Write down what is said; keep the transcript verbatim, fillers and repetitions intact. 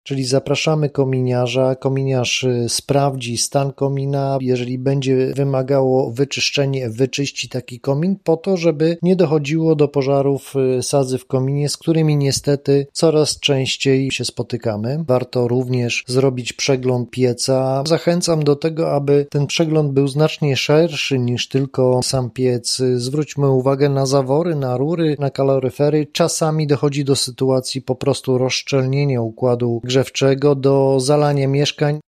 Czyli zapraszamy kominiarza, kominiarz sprawdzi stan komina, jeżeli będzie wymagało wyczyszczenia, wyczyści taki komin po to, żeby nie dochodziło do pożarów sadzy w kominie, z którymi niestety coraz częściej się spotykamy. Warto również zrobić przegląd pieca. Zachęcam do tego, aby ten przegląd był znacznie szerszy niż tylko sam piec. Zwróćmy uwagę na zawory, na rury, na kaloryfery. Czasami dochodzi do sytuacji po prostu rozszczelnienia układu grzewczego, do zalania mieszkań.